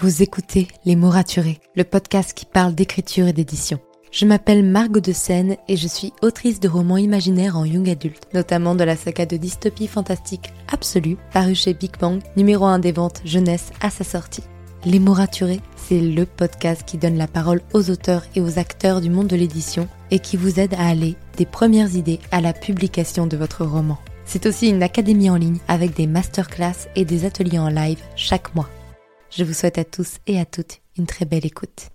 Vous écoutez Les Mots Raturés, le podcast qui parle d'écriture et d'édition. Je m'appelle Margot de Seine et je suis autrice de romans imaginaires en young adulte, notamment de la saga de dystopie fantastique Absolue, parue chez Big Bang, numéro 1 des ventes jeunesse à sa sortie. Les Mots Raturés, c'est le podcast qui donne la parole aux auteurs et aux acteurs du monde de l'édition et qui vous aide à aller des premières idées à la publication de votre roman. C'est aussi une académie en ligne avec des masterclass et des ateliers en live chaque mois. Je vous souhaite à tous et à toutes une très belle écoute.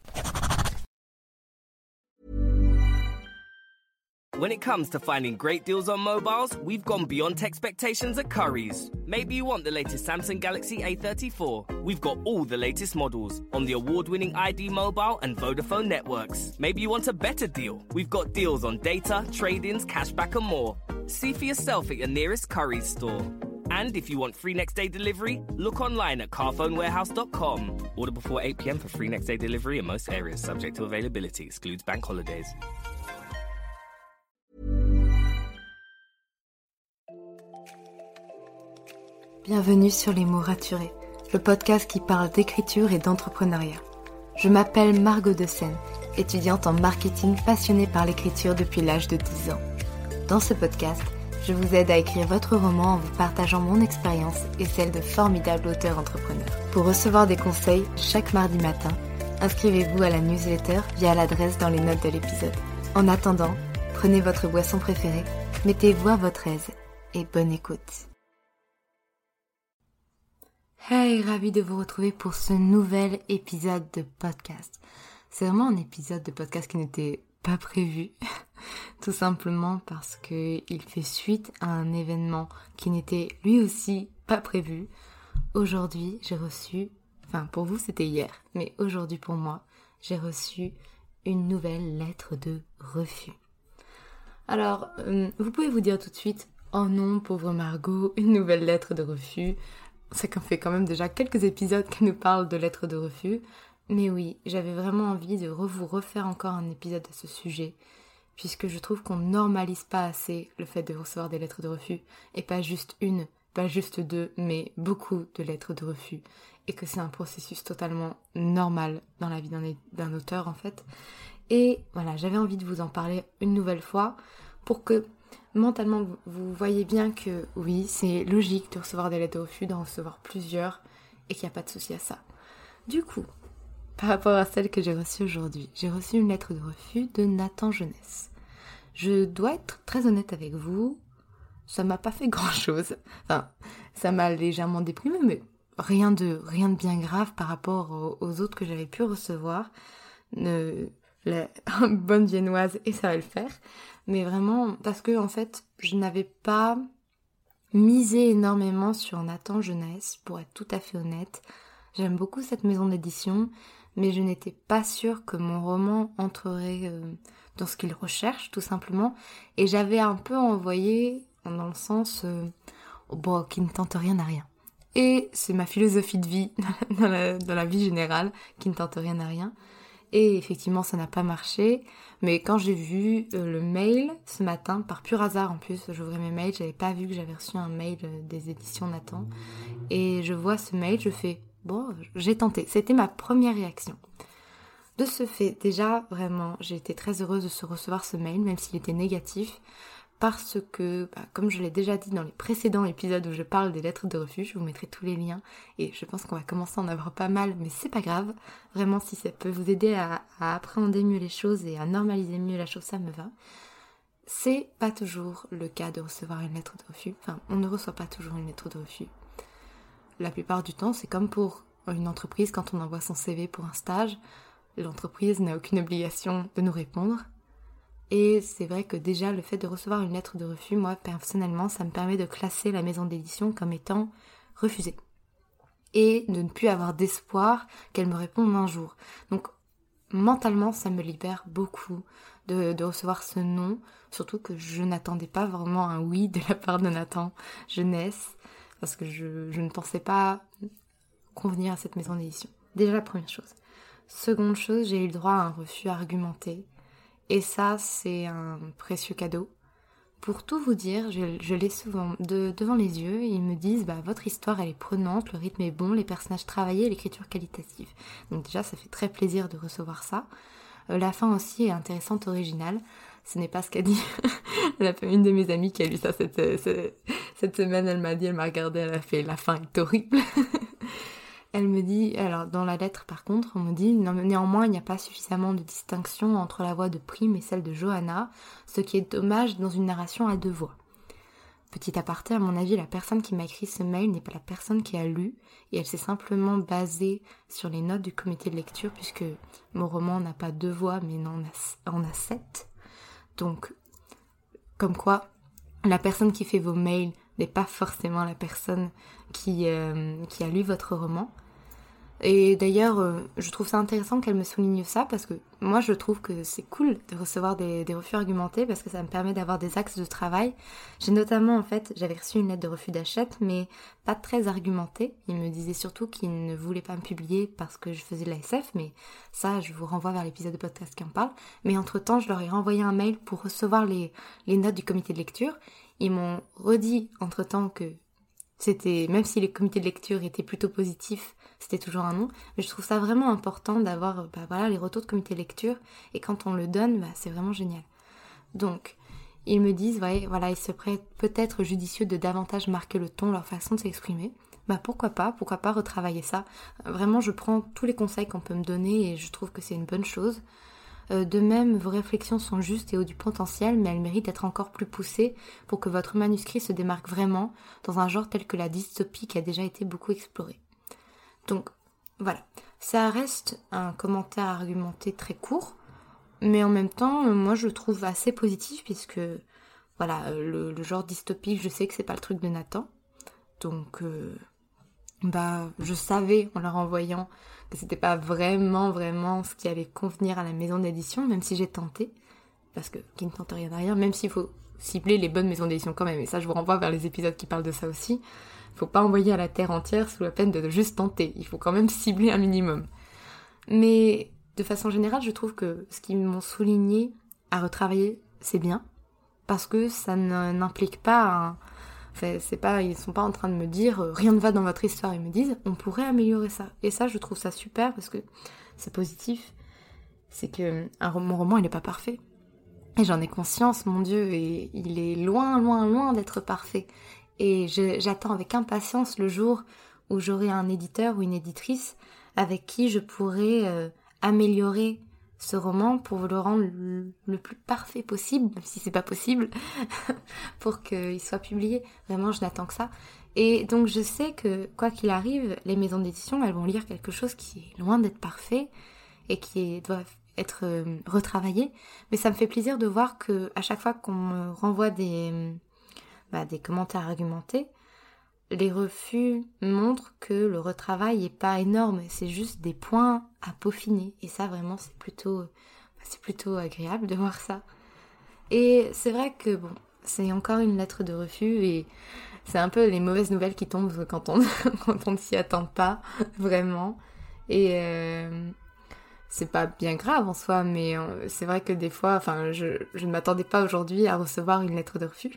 When it comes to finding great deals on mobiles, we've gone beyond expectations at Currys. Maybe you want the latest Samsung Galaxy A34. We've got all the latest models on the award-winning ID Mobile and Vodafone networks. Maybe you want a better deal. We've got deals on data, trade-ins, cashback and more. See for yourself at your nearest Currys store. And if you want free next day delivery, look online at carphonewarehouse.com. Order before 8 p.m. for free next day delivery in most areas, subject to availability, excludes bank holidays. Bienvenue sur Les Mots Raturés, le podcast qui parle d'écriture et d'entrepreneuriat. Je m'appelle Margot de Seine, étudiante en marketing passionnée par l'écriture depuis l'âge de 10 ans. Dans ce podcast, je vous aide à écrire votre roman en vous partageant mon expérience et celle de formidables auteurs entrepreneurs. Pour recevoir des conseils chaque mardi matin, inscrivez-vous à la newsletter via l'adresse dans les notes de l'épisode. En attendant, prenez votre boisson préférée, mettez-vous à votre aise et bonne écoute. Hey, ravi de vous retrouver pour ce nouvel épisode de podcast. C'est vraiment un épisode de podcast qui n'était pas prévu, tout simplement parce que il fait suite à un événement qui n'était lui aussi pas prévu. Aujourd'hui, j'ai reçu, pour vous c'était hier, mais aujourd'hui pour moi, j'ai reçu une nouvelle lettre de refus. Alors, vous pouvez vous dire tout de suite, oh non, pauvre Margot, une nouvelle lettre de refus. Ça fait quand même déjà quelques épisodes qu'elle nous parle de lettres de refus. Mais oui, j'avais vraiment envie de vous refaire encore un épisode à ce sujet, puisque je trouve qu'on normalise pas assez le fait de recevoir des lettres de refus, et pas juste une, pas juste deux, mais beaucoup de lettres de refus, et que c'est un processus totalement normal dans la vie d'un auteur en fait. Et voilà, j'avais envie de vous en parler une nouvelle fois, pour que mentalement vous voyez bien que oui, c'est logique de recevoir des lettres de refus, d'en recevoir plusieurs, et qu'il n'y a pas de souci à ça. Du coup, par rapport à celle que j'ai reçue aujourd'hui, j'ai reçu une lettre de refus de Nathan Jeunesse. Je dois être très honnête avec vous, ça m'a pas fait grand chose. Ça m'a légèrement déprimée, mais rien de bien grave par rapport aux autres que j'avais pu recevoir. La bonne viennoise et ça va le faire. Mais vraiment, parce que en fait, je n'avais pas misé énormément sur Nathan Jeunesse, pour être tout à fait honnête. J'aime beaucoup cette maison d'édition, mais je n'étais pas sûre que mon roman entrerait dans ce qu'il recherche, tout simplement. Et j'avais un peu envoyé dans le sens qui ne tente rien à rien. Et c'est ma philosophie de vie dans la vie générale, qui ne tente rien à rien. Et effectivement, ça n'a pas marché. Mais quand j'ai vu le mail ce matin, par pur hasard en plus, j'ouvrais mes mails, j'avais pas vu que j'avais reçu un mail des éditions Nathan. Et je vois ce mail, je fais, bon, j'ai tenté. C'était ma première réaction. De ce fait, déjà, vraiment, j'ai été très heureuse de recevoir ce mail, même s'il était négatif. Parce que, comme je l'ai déjà dit dans les précédents épisodes où je parle des lettres de refus, je vous mettrai tous les liens et je pense qu'on va commencer à en avoir pas mal, mais c'est pas grave. Vraiment, si ça peut vous aider à appréhender mieux les choses et à normaliser mieux la chose, ça me va. C'est pas toujours le cas de recevoir une lettre de refus. On ne reçoit pas toujours une lettre de refus. La plupart du temps, c'est comme pour une entreprise quand on envoie son CV pour un stage. L'entreprise n'a aucune obligation de nous répondre. Et c'est vrai que déjà, le fait de recevoir une lettre de refus, moi, personnellement, ça me permet de classer la maison d'édition comme étant refusée. Et de ne plus avoir d'espoir qu'elle me réponde un jour. Donc, mentalement, ça me libère beaucoup de recevoir ce non. Surtout que je n'attendais pas vraiment un oui de la part de Nathan Jeunesse. Parce que je ne pensais pas convenir à cette maison d'édition. Déjà, la première chose. Seconde chose, j'ai eu le droit à un refus argumenté. Et ça, c'est un précieux cadeau, pour tout vous dire, je l'ai souvent devant les yeux, et ils me disent votre histoire elle est prenante, le rythme est bon, les personnages travaillés, l'écriture qualitative. Donc déjà ça fait très plaisir de recevoir ça. La fin aussi est intéressante, originale. Ce n'est pas ce qu'a dit une de mes amies qui a lu ça cette semaine, elle m'a regardée, elle a fait la fin est horrible. Elle me dit, alors dans la lettre par contre, on me dit néanmoins il n'y a pas suffisamment de distinction entre la voix de Prime et celle de Johanna, ce qui est dommage dans une narration à deux voix. Petit aparté, à mon avis, la personne qui m'a écrit ce mail n'est pas la personne qui a lu, et elle s'est simplement basée sur les notes du comité de lecture, puisque mon roman n'a pas deux voix, mais en a 7. Donc, comme quoi, la personne qui fait vos mails n'est pas forcément la personne qui a lu votre roman. Et d'ailleurs, je trouve ça intéressant qu'elle me souligne ça, parce que moi je trouve que c'est cool de recevoir des refus argumentés, parce que ça me permet d'avoir des axes de travail. J'ai notamment, j'avais reçu une lettre de refus d'achat, mais pas très argumentée. Il me disait surtout qu'il ne voulait pas me publier parce que je faisais de la SF, mais ça, je vous renvoie vers l'épisode de podcast qui en parle. Mais entre-temps, je leur ai renvoyé un mail pour recevoir les notes du comité de lecture. Ils m'ont redit entre-temps que même si les comités de lecture étaient plutôt positifs, c'était toujours un non. Mais je trouve ça vraiment important d'avoir les retours de comité de lecture. Et quand on le donne, c'est vraiment génial. Donc, ils me disent, il serait peut-être judicieux de davantage marquer le ton, leur façon de s'exprimer. Pourquoi pas retravailler ça. Vraiment, je prends tous les conseils qu'on peut me donner et je trouve que c'est une bonne chose. De même, vos réflexions sont justes et ont du potentiel, mais elles méritent d'être encore plus poussées pour que votre manuscrit se démarque vraiment dans un genre tel que la dystopie qui a déjà été beaucoup exploré. Donc, voilà. Ça reste un commentaire argumenté très court, mais en même temps, moi je le trouve assez positif puisque, le genre dystopique, je sais que c'est pas le truc de Nathan. Donc, je savais en leur envoyant que c'était pas vraiment ce qui allait convenir à la maison d'édition, même si j'ai tenté, parce que qui ne tente rien à rien, même s'il faut cibler les bonnes maisons d'édition quand même, et ça je vous renvoie vers les épisodes qui parlent de ça aussi. Faut pas envoyer à la terre entière sous la peine de juste tenter, il faut quand même cibler un minimum. Mais de façon générale, je trouve que ce qu'ils m'ont souligné à retravailler, c'est bien, parce que ça n'implique pas ils sont pas en train de me dire rien ne va dans votre histoire, ils me disent on pourrait améliorer ça. Et ça, je trouve ça super parce que c'est positif. C'est que mon roman, il est pas parfait. Et j'en ai conscience, mon Dieu, et il est loin d'être parfait. Et j'attends avec impatience le jour où j'aurai un éditeur ou une éditrice avec qui je pourrai améliorer ce roman pour le rendre le plus parfait possible, même si c'est pas possible, pour qu'il soit publié. Vraiment, je n'attends que ça. Et donc, je sais que, quoi qu'il arrive, les maisons d'édition, elles vont lire quelque chose qui est loin d'être parfait et qui doit être retravaillé. Mais ça me fait plaisir de voir que à chaque fois qu'on me renvoie des commentaires argumentés, les refus montrent que le retravail est pas énorme, c'est juste des points à peaufiner. Et ça, vraiment, c'est plutôt agréable de voir ça. Et c'est vrai que, c'est encore une lettre de refus et c'est un peu les mauvaises nouvelles qui tombent quand on ne s'y attend pas, vraiment. Et c'est pas bien grave en soi, mais c'est vrai que des fois, je ne m'attendais pas aujourd'hui à recevoir une lettre de refus.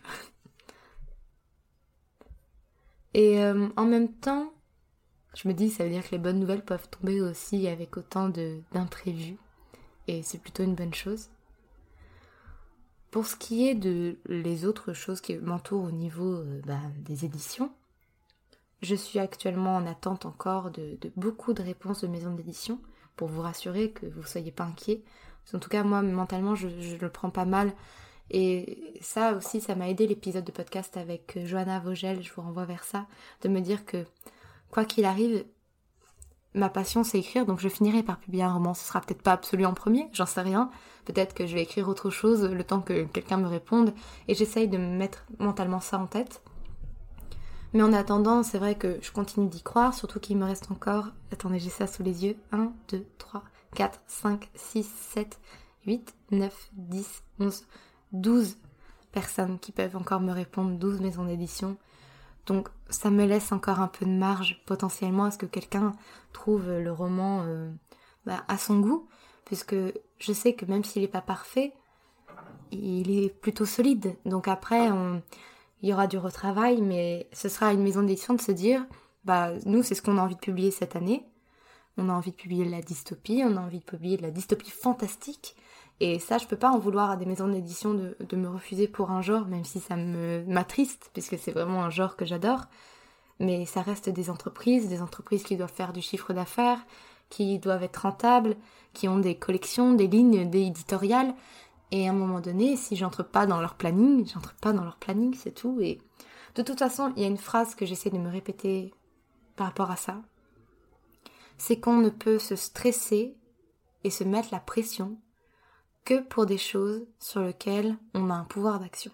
Et en même temps, je me dis ça veut dire que les bonnes nouvelles peuvent tomber aussi avec autant d'imprévus. Et c'est plutôt une bonne chose. Pour ce qui est de les autres choses qui m'entourent au niveau des éditions, je suis actuellement en attente encore de beaucoup de réponses de maisons d'édition pour vous rassurer que vous ne soyez pas inquiets. En tout cas, moi, mentalement, je le prends pas mal. Et ça aussi, ça m'a aidé l'épisode de podcast avec Johanna Vogel, je vous renvoie vers ça, de me dire que quoi qu'il arrive, ma passion c'est écrire, donc je finirai par publier un roman. Ce sera peut-être pas absolu en premier, j'en sais rien. Peut-être que je vais écrire autre chose le temps que quelqu'un me réponde, et j'essaye de me mettre mentalement ça en tête. Mais en attendant, c'est vrai que je continue d'y croire, surtout qu'il me reste encore, attendez, j'ai ça sous les yeux, 1, 2, 3, 4, 5, 6, 7, 8, 9, 10, 11... 12 personnes qui peuvent encore me répondre, 12 maisons d'édition. Donc ça me laisse encore un peu de marge potentiellement à ce que quelqu'un trouve le roman à son goût, puisque je sais que même s'il n'est pas parfait, il est plutôt solide. Donc après, il y aura du retravail, mais ce sera à une maison d'édition de se dire, nous, c'est ce qu'on a envie de publier cette année. On a envie de publier de la dystopie, on a envie de publier de la dystopie fantastique. Et ça, je peux pas en vouloir à des maisons d'édition de me refuser pour un genre, même si ça m'attriste, puisque c'est vraiment un genre que j'adore. Mais ça reste des entreprises qui doivent faire du chiffre d'affaires, qui doivent être rentables, qui ont des collections, des lignes, des éditoriales. Et à un moment donné, si j'entre pas dans leur planning, c'est tout. Et de toute façon, il y a une phrase que j'essaie de me répéter par rapport à ça. C'est qu'on ne peut se stresser et se mettre la pression que pour des choses sur lesquelles on a un pouvoir d'action.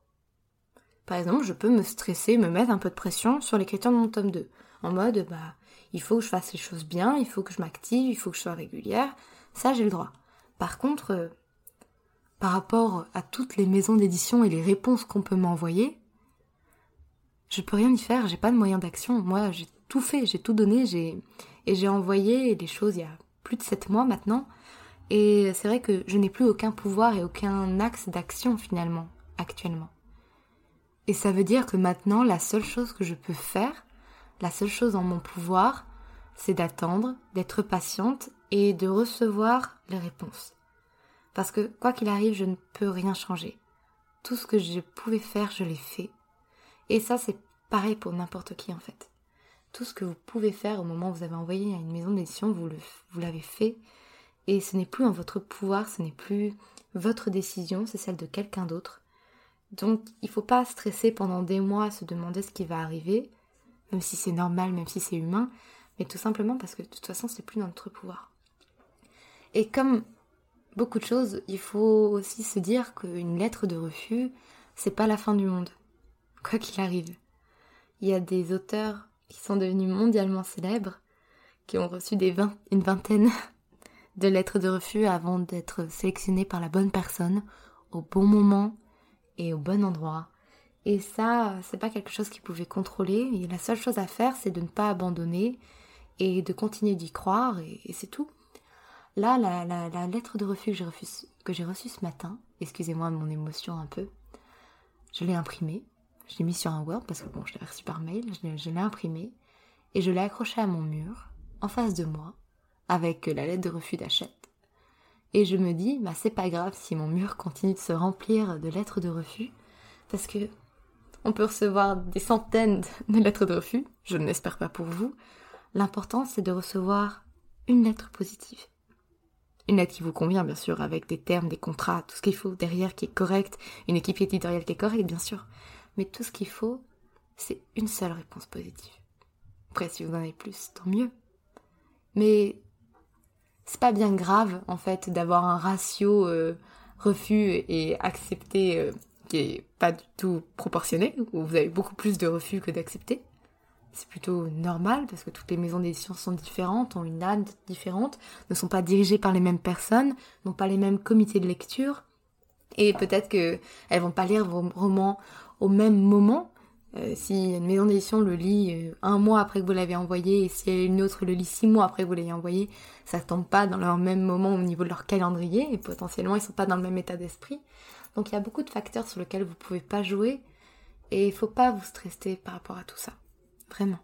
Par exemple, je peux me stresser, me mettre un peu de pression sur l'écriture de mon tome 2. En mode, il faut que je fasse les choses bien, il faut que je m'active, il faut que je sois régulière. Ça, j'ai le droit. Par contre, par rapport à toutes les maisons d'édition et les réponses qu'on peut m'envoyer, je peux rien y faire, j'ai pas de moyen d'action. Moi, j'ai tout fait, j'ai tout donné, j'ai envoyé les choses il y a plus de 7 mois maintenant. Et c'est vrai que je n'ai plus aucun pouvoir et aucun axe d'action finalement, actuellement. Et ça veut dire que maintenant, la seule chose que je peux faire, la seule chose en mon pouvoir, c'est d'attendre, d'être patiente et de recevoir les réponses. Parce que quoi qu'il arrive, je ne peux rien changer. Tout ce que je pouvais faire, je l'ai fait. Et ça, c'est pareil pour n'importe qui en fait. Tout ce que vous pouvez faire au moment où vous avez envoyé à une maison d'édition, vous l'avez fait. Et ce n'est plus en votre pouvoir, ce n'est plus votre décision, c'est celle de quelqu'un d'autre. Donc il ne faut pas stresser pendant des mois à se demander ce qui va arriver, même si c'est normal, même si c'est humain, mais tout simplement parce que de toute façon, c'est plus dans notre pouvoir. Et comme beaucoup de choses, il faut aussi se dire qu'une lettre de refus, c'est pas la fin du monde, quoi qu'il arrive. Il y a des auteurs qui sont devenus mondialement célèbres, qui ont reçu une vingtaine de lettres de refus avant d'être sélectionnés par la bonne personne, au bon moment et au bon endroit. Et ça, c'est pas quelque chose qu'ils pouvaient contrôler, et la seule chose à faire, c'est de ne pas abandonner et de continuer d'y croire, et c'est tout. Là, la lettre de refus que j'ai reçue ce matin, excusez-moi mon émotion un peu, je l'ai imprimée, je l'ai mis sur un Word, parce que je l'ai reçue par mail, je l'ai imprimée, et je l'ai accrochée à mon mur, en face de moi, avec la lettre de refus d'Hachette. Et je me dis, c'est pas grave si mon mur continue de se remplir de lettres de refus, parce que on peut recevoir des centaines de lettres de refus, je ne l'espère pas pour vous. L'important, c'est de recevoir une lettre positive. Une lettre qui vous convient, bien sûr, avec des termes, des contrats, tout ce qu'il faut derrière qui est correct, une équipe éditoriale qui est correcte, bien sûr. Mais tout ce qu'il faut, c'est une seule réponse positive. Après, si vous en avez plus, tant mieux. Mais c'est pas bien grave, en fait, d'avoir un ratio refus et accepté qui est pas du tout proportionné, où vous avez beaucoup plus de refus que d'accepter. C'est plutôt normal, parce que toutes les maisons d'édition sont différentes, ont une âme différente, ne sont pas dirigées par les mêmes personnes, n'ont pas les mêmes comités de lecture, et peut-être qu'elles vont pas lire vos romans au même moment. Si une maison d'édition le lit 1 mois après que vous l'avez envoyé, et si une autre le lit 6 mois après que vous l'ayez envoyé, ça tombe pas dans leur même moment au niveau de leur calendrier, et potentiellement ils sont pas dans le même état d'esprit. Donc il y a beaucoup de facteurs sur lesquels vous pouvez pas jouer, et il faut pas vous stresser par rapport à tout ça. Vraiment.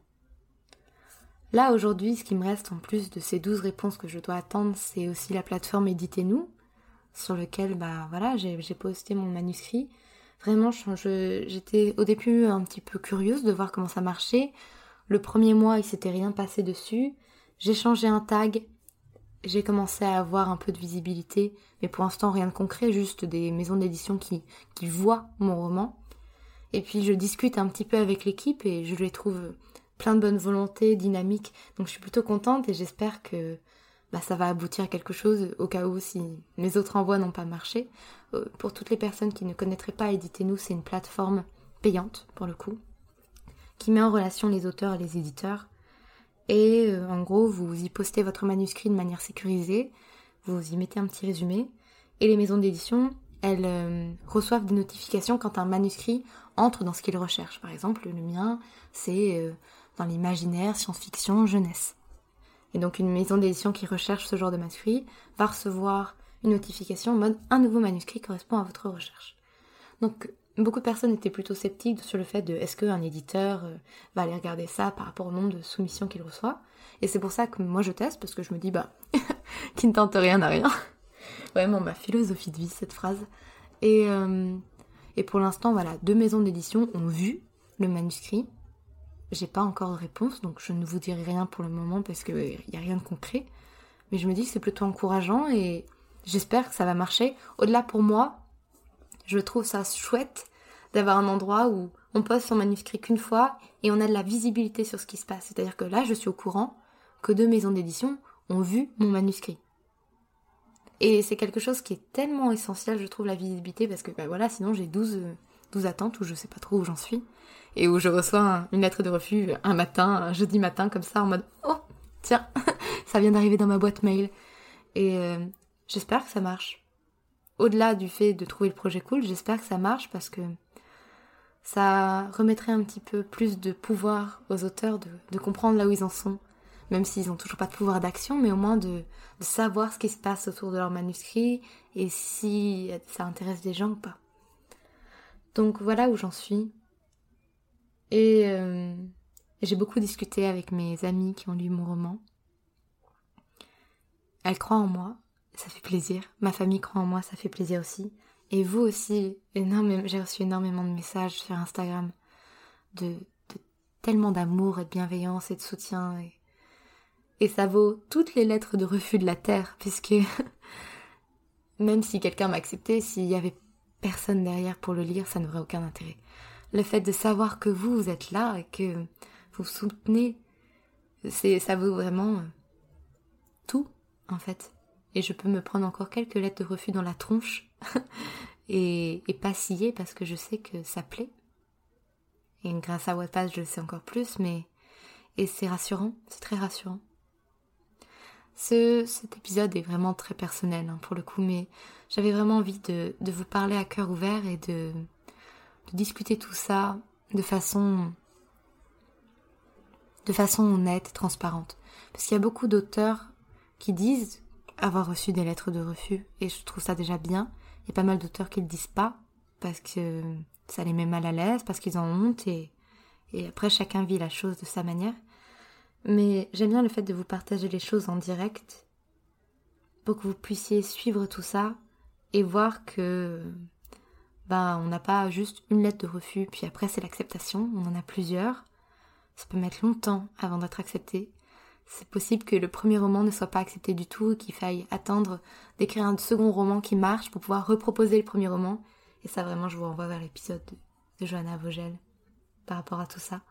Là, aujourd'hui, ce qui me reste en plus de ces 12 réponses que je dois attendre, c'est aussi la plateforme Éditez-nous, sur lequel, j'ai posté mon manuscrit. Vraiment, j'étais au début un petit peu curieuse de voir comment ça marchait. Le premier mois, il s'était rien passé dessus. J'ai changé un tag. J'ai commencé à avoir un peu de visibilité, mais pour l'instant, rien de concret, juste des maisons d'édition qui voient mon roman. Et puis, je discute un petit peu avec l'équipe et je les trouve plein de bonne volonté, dynamique. Donc, je suis plutôt contente et j'espère que ça va aboutir à quelque chose au cas où si mes autres envois n'ont pas marché. Pour toutes les personnes qui ne connaîtraient pas Éditez-nous, c'est une plateforme payante pour le coup, qui met en relation les auteurs et les éditeurs. Et en gros, vous y postez votre manuscrit de manière sécurisée, vous y mettez un petit résumé, et les maisons d'édition, elles reçoivent des notifications quand un manuscrit entre dans ce qu'ils recherchent. Par exemple, le mien, c'est dans l'imaginaire, science-fiction, jeunesse. Et donc une maison d'édition qui recherche ce genre de manuscrit va recevoir une notification en mode « Un nouveau manuscrit correspond à votre recherche ». Donc, beaucoup de personnes étaient plutôt sceptiques sur le fait de est-ce qu'un éditeur va aller regarder ça par rapport au nombre de soumissions qu'il reçoit. Et c'est pour ça que moi je teste, parce que je me dis, qui ne tente rien n'a rien. Vraiment ma philosophie de vie, cette phrase. Et pour l'instant, 2 maisons d'édition ont vu le manuscrit. J'ai pas encore de réponse, donc je ne vous dirai rien pour le moment parce qu'il n'y a rien de concret. Mais je me dis que c'est plutôt encourageant et j'espère que ça va marcher. Au-delà, pour moi, je trouve ça chouette d'avoir un endroit où on poste son manuscrit qu'une fois et on a de la visibilité sur ce qui se passe. C'est-à-dire que là, je suis au courant que 2 maisons d'édition ont vu mon manuscrit. Et c'est quelque chose qui est tellement essentiel, je trouve, la visibilité, parce que sinon j'ai 12 attentes où je sais pas trop où j'en suis. Et où je reçois une lettre de refus un jeudi matin, comme ça, en mode « Oh, tiens, ça vient d'arriver dans ma boîte mail. » Et j'espère que ça marche. Au-delà du fait de trouver le projet cool, j'espère que ça marche parce que ça remettrait un petit peu plus de pouvoir aux auteurs de comprendre là où ils en sont. Même s'ils n'ont toujours pas de pouvoir d'action, mais au moins de savoir ce qui se passe autour de leur manuscrit et si ça intéresse des gens ou pas. Donc voilà où j'en suis. Et j'ai beaucoup discuté avec mes amies qui ont lu mon roman. Elles croient en moi, ça fait plaisir. Ma famille croit en moi, ça fait plaisir aussi. Et vous aussi, j'ai reçu énormément de messages sur Instagram de tellement d'amour et de bienveillance et de soutien. Et ça vaut toutes les lettres de refus de la terre, puisque même si quelqu'un m'a accepté, s'il y avait personne derrière pour le lire, ça n'aurait aucun intérêt. Le fait de savoir que vous êtes là et que vous soutenez, ça vaut vraiment tout, en fait. Et je peux me prendre encore quelques lettres de refus dans la tronche et pas scier parce que je sais que ça plaît. Et grâce à Wattpad, je le sais encore plus, et c'est rassurant, c'est très rassurant. Cet épisode est vraiment très personnel pour le coup, mais j'avais vraiment envie de vous parler à cœur ouvert et de discuter tout ça de façon honnête et transparente. Parce qu'il y a beaucoup d'auteurs qui disent avoir reçu des lettres de refus, et je trouve ça déjà bien. Il y a pas mal d'auteurs qui le disent pas, parce que ça les met mal à l'aise, parce qu'ils en ont honte, et après chacun vit la chose de sa manière. Mais j'aime bien le fait de vous partager les choses en direct pour que vous puissiez suivre tout ça et voir que on n'a pas juste une lettre de refus, puis après c'est l'acceptation, on en a plusieurs. Ça peut mettre longtemps avant d'être accepté. C'est possible que le premier roman ne soit pas accepté du tout, qu'il faille attendre d'écrire un second roman qui marche pour pouvoir reproposer le premier roman. Et ça vraiment, je vous renvoie vers l'épisode de Johanna Vogel par rapport à tout ça.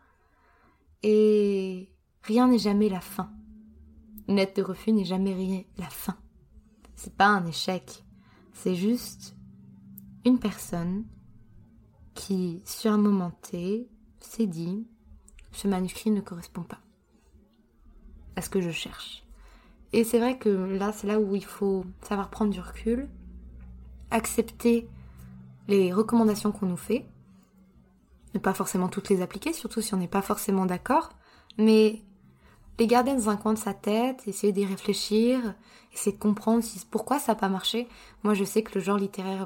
Et rien n'est jamais la fin. Une lettre de refus n'est jamais rien la fin. C'est pas un échec. C'est juste une personne qui, sur un moment T, s'est dit « Ce manuscrit ne correspond pas à ce que je cherche. » Et c'est vrai que là, c'est là où il faut savoir prendre du recul, accepter les recommandations qu'on nous fait, ne pas forcément toutes les appliquer, surtout si on n'est pas forcément d'accord, mais les garder dans un coin de sa tête, essayer d'y réfléchir, essayer de comprendre pourquoi ça n'a pas marché. Moi, je sais que le genre littéraire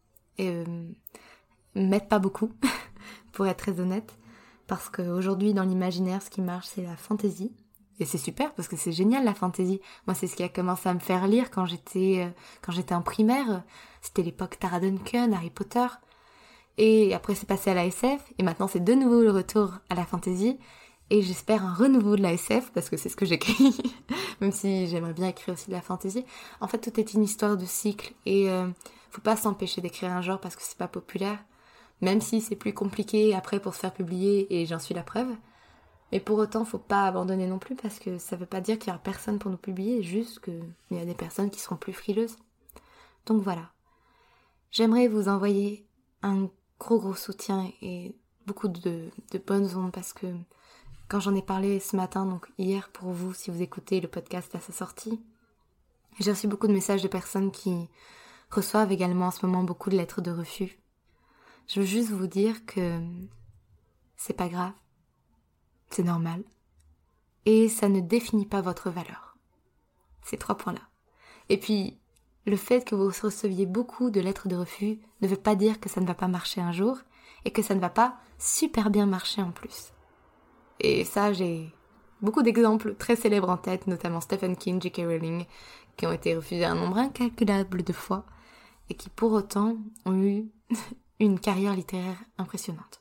m'aide pas beaucoup, pour être très honnête, parce qu'aujourd'hui, dans l'imaginaire, ce qui marche, c'est la fantaisie. Et c'est super, parce que c'est génial, la fantaisie. Moi, c'est ce qui a commencé à me faire lire quand j'étais en primaire. C'était l'époque Tara Duncan, Harry Potter. Et après, c'est passé à la SF, et maintenant, c'est de nouveau le retour à la fantaisie. Et j'espère un renouveau de la SF, parce que c'est ce que j'écris, même si j'aimerais bien écrire aussi de la fantaisie. En fait, tout est une histoire de cycle, et faut pas s'empêcher d'écrire un genre parce que c'est pas populaire, même si c'est plus compliqué après pour se faire publier, et j'en suis la preuve. Mais pour autant, faut pas abandonner non plus, parce que ça veut pas dire qu'il y aura personne pour nous publier, juste qu'il y a des personnes qui seront plus frileuses. Donc voilà. J'aimerais vous envoyer un gros soutien et beaucoup de bonnes ondes, parce que quand j'en ai parlé ce matin, donc hier pour vous, si vous écoutez le podcast à sa sortie, j'ai reçu beaucoup de messages de personnes qui reçoivent également en ce moment beaucoup de lettres de refus. Je veux juste vous dire que c'est pas grave, c'est normal, et ça ne définit pas votre valeur. Ces 3 points-là. Et puis, le fait que vous receviez beaucoup de lettres de refus ne veut pas dire que ça ne va pas marcher un jour et que ça ne va pas super bien marcher en plus. Et ça, j'ai beaucoup d'exemples très célèbres en tête, notamment Stephen King, J.K. Rowling, qui ont été refusés un nombre incalculable de fois et qui pour autant ont eu une carrière littéraire impressionnante.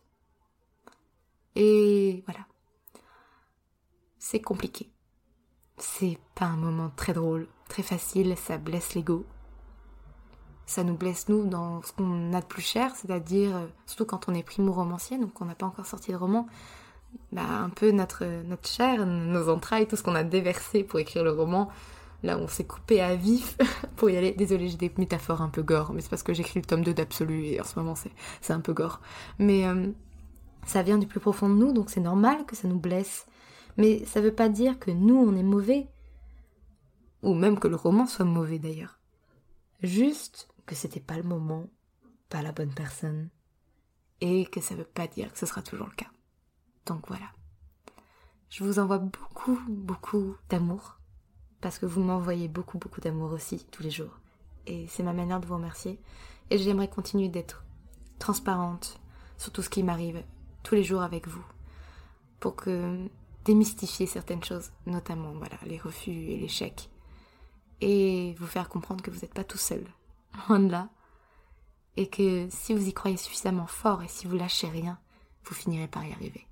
Et voilà. C'est compliqué. C'est pas un moment très drôle, très facile, ça blesse l'ego. Ça nous blesse nous dans ce qu'on a de plus cher, c'est-à-dire, surtout quand on est primo-romancier, donc on n'a pas encore sorti de roman, un peu notre chair, nos entrailles, tout ce qu'on a déversé pour écrire le roman, là on s'est coupé à vif pour y aller. Désolée, j'ai des métaphores un peu gore, mais c'est parce que j'écris le tome 2 d'Absolu et en ce moment c'est un peu gore. Mais ça vient du plus profond de nous, donc c'est normal que ça nous blesse. Mais ça veut pas dire que nous on est mauvais, ou même que le roman soit mauvais d'ailleurs. Juste que c'était pas le moment, pas la bonne personne, et que ça veut pas dire que ce sera toujours le cas. Donc voilà. Je vous envoie beaucoup, beaucoup d'amour, parce que vous m'envoyez beaucoup, beaucoup d'amour aussi, tous les jours. Et c'est ma manière de vous remercier. Et j'aimerais continuer d'être transparente sur tout ce qui m'arrive tous les jours avec vous, pour que démystifier certaines choses, notamment les refus et l'échec, et vous faire comprendre que vous n'êtes pas tout seul, loin de là, et que si vous y croyez suffisamment fort et si vous lâchez rien, vous finirez par y arriver.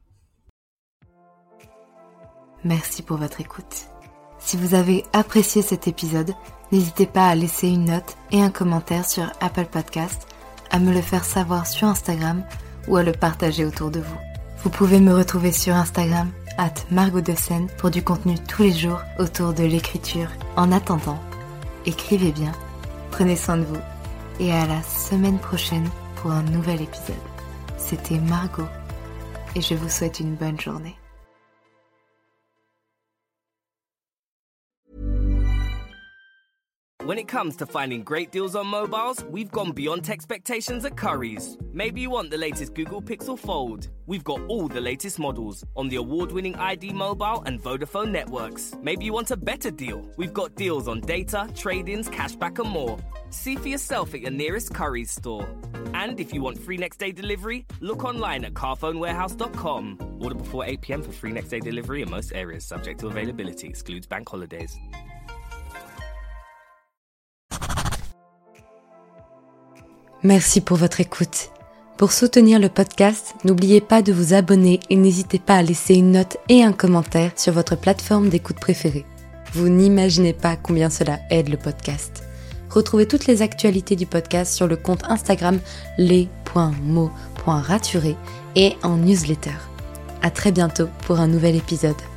Merci pour votre écoute. Si vous avez apprécié cet épisode, n'hésitez pas à laisser une note et un commentaire sur Apple Podcast, à me le faire savoir sur Instagram ou à le partager autour de vous. Vous pouvez me retrouver sur Instagram @margotdescène pour du contenu tous les jours autour de l'écriture. En attendant, écrivez bien, prenez soin de vous et à la semaine prochaine pour un nouvel épisode. C'était Margot et je vous souhaite une bonne journée. When it comes to finding great deals on mobiles, we've gone beyond expectations at Currys. Maybe you want the latest Google Pixel Fold. We've got all the latest models on the award-winning ID Mobile and Vodafone networks. Maybe you want a better deal. We've got deals on data, trade-ins, cashback and more. See for yourself at your nearest Currys store. And if you want free next day delivery, look online at carphonewarehouse.com. Order before 8 p.m. for free next day delivery in most areas, subject to availability, excludes bank holidays. Merci pour votre écoute. Pour soutenir le podcast, n'oubliez pas de vous abonner et n'hésitez pas à laisser une note et un commentaire sur votre plateforme d'écoute préférée. Vous n'imaginez pas combien cela aide le podcast. Retrouvez toutes les actualités du podcast sur le compte Instagram les.mots.raturés et en newsletter. À très bientôt pour un nouvel épisode.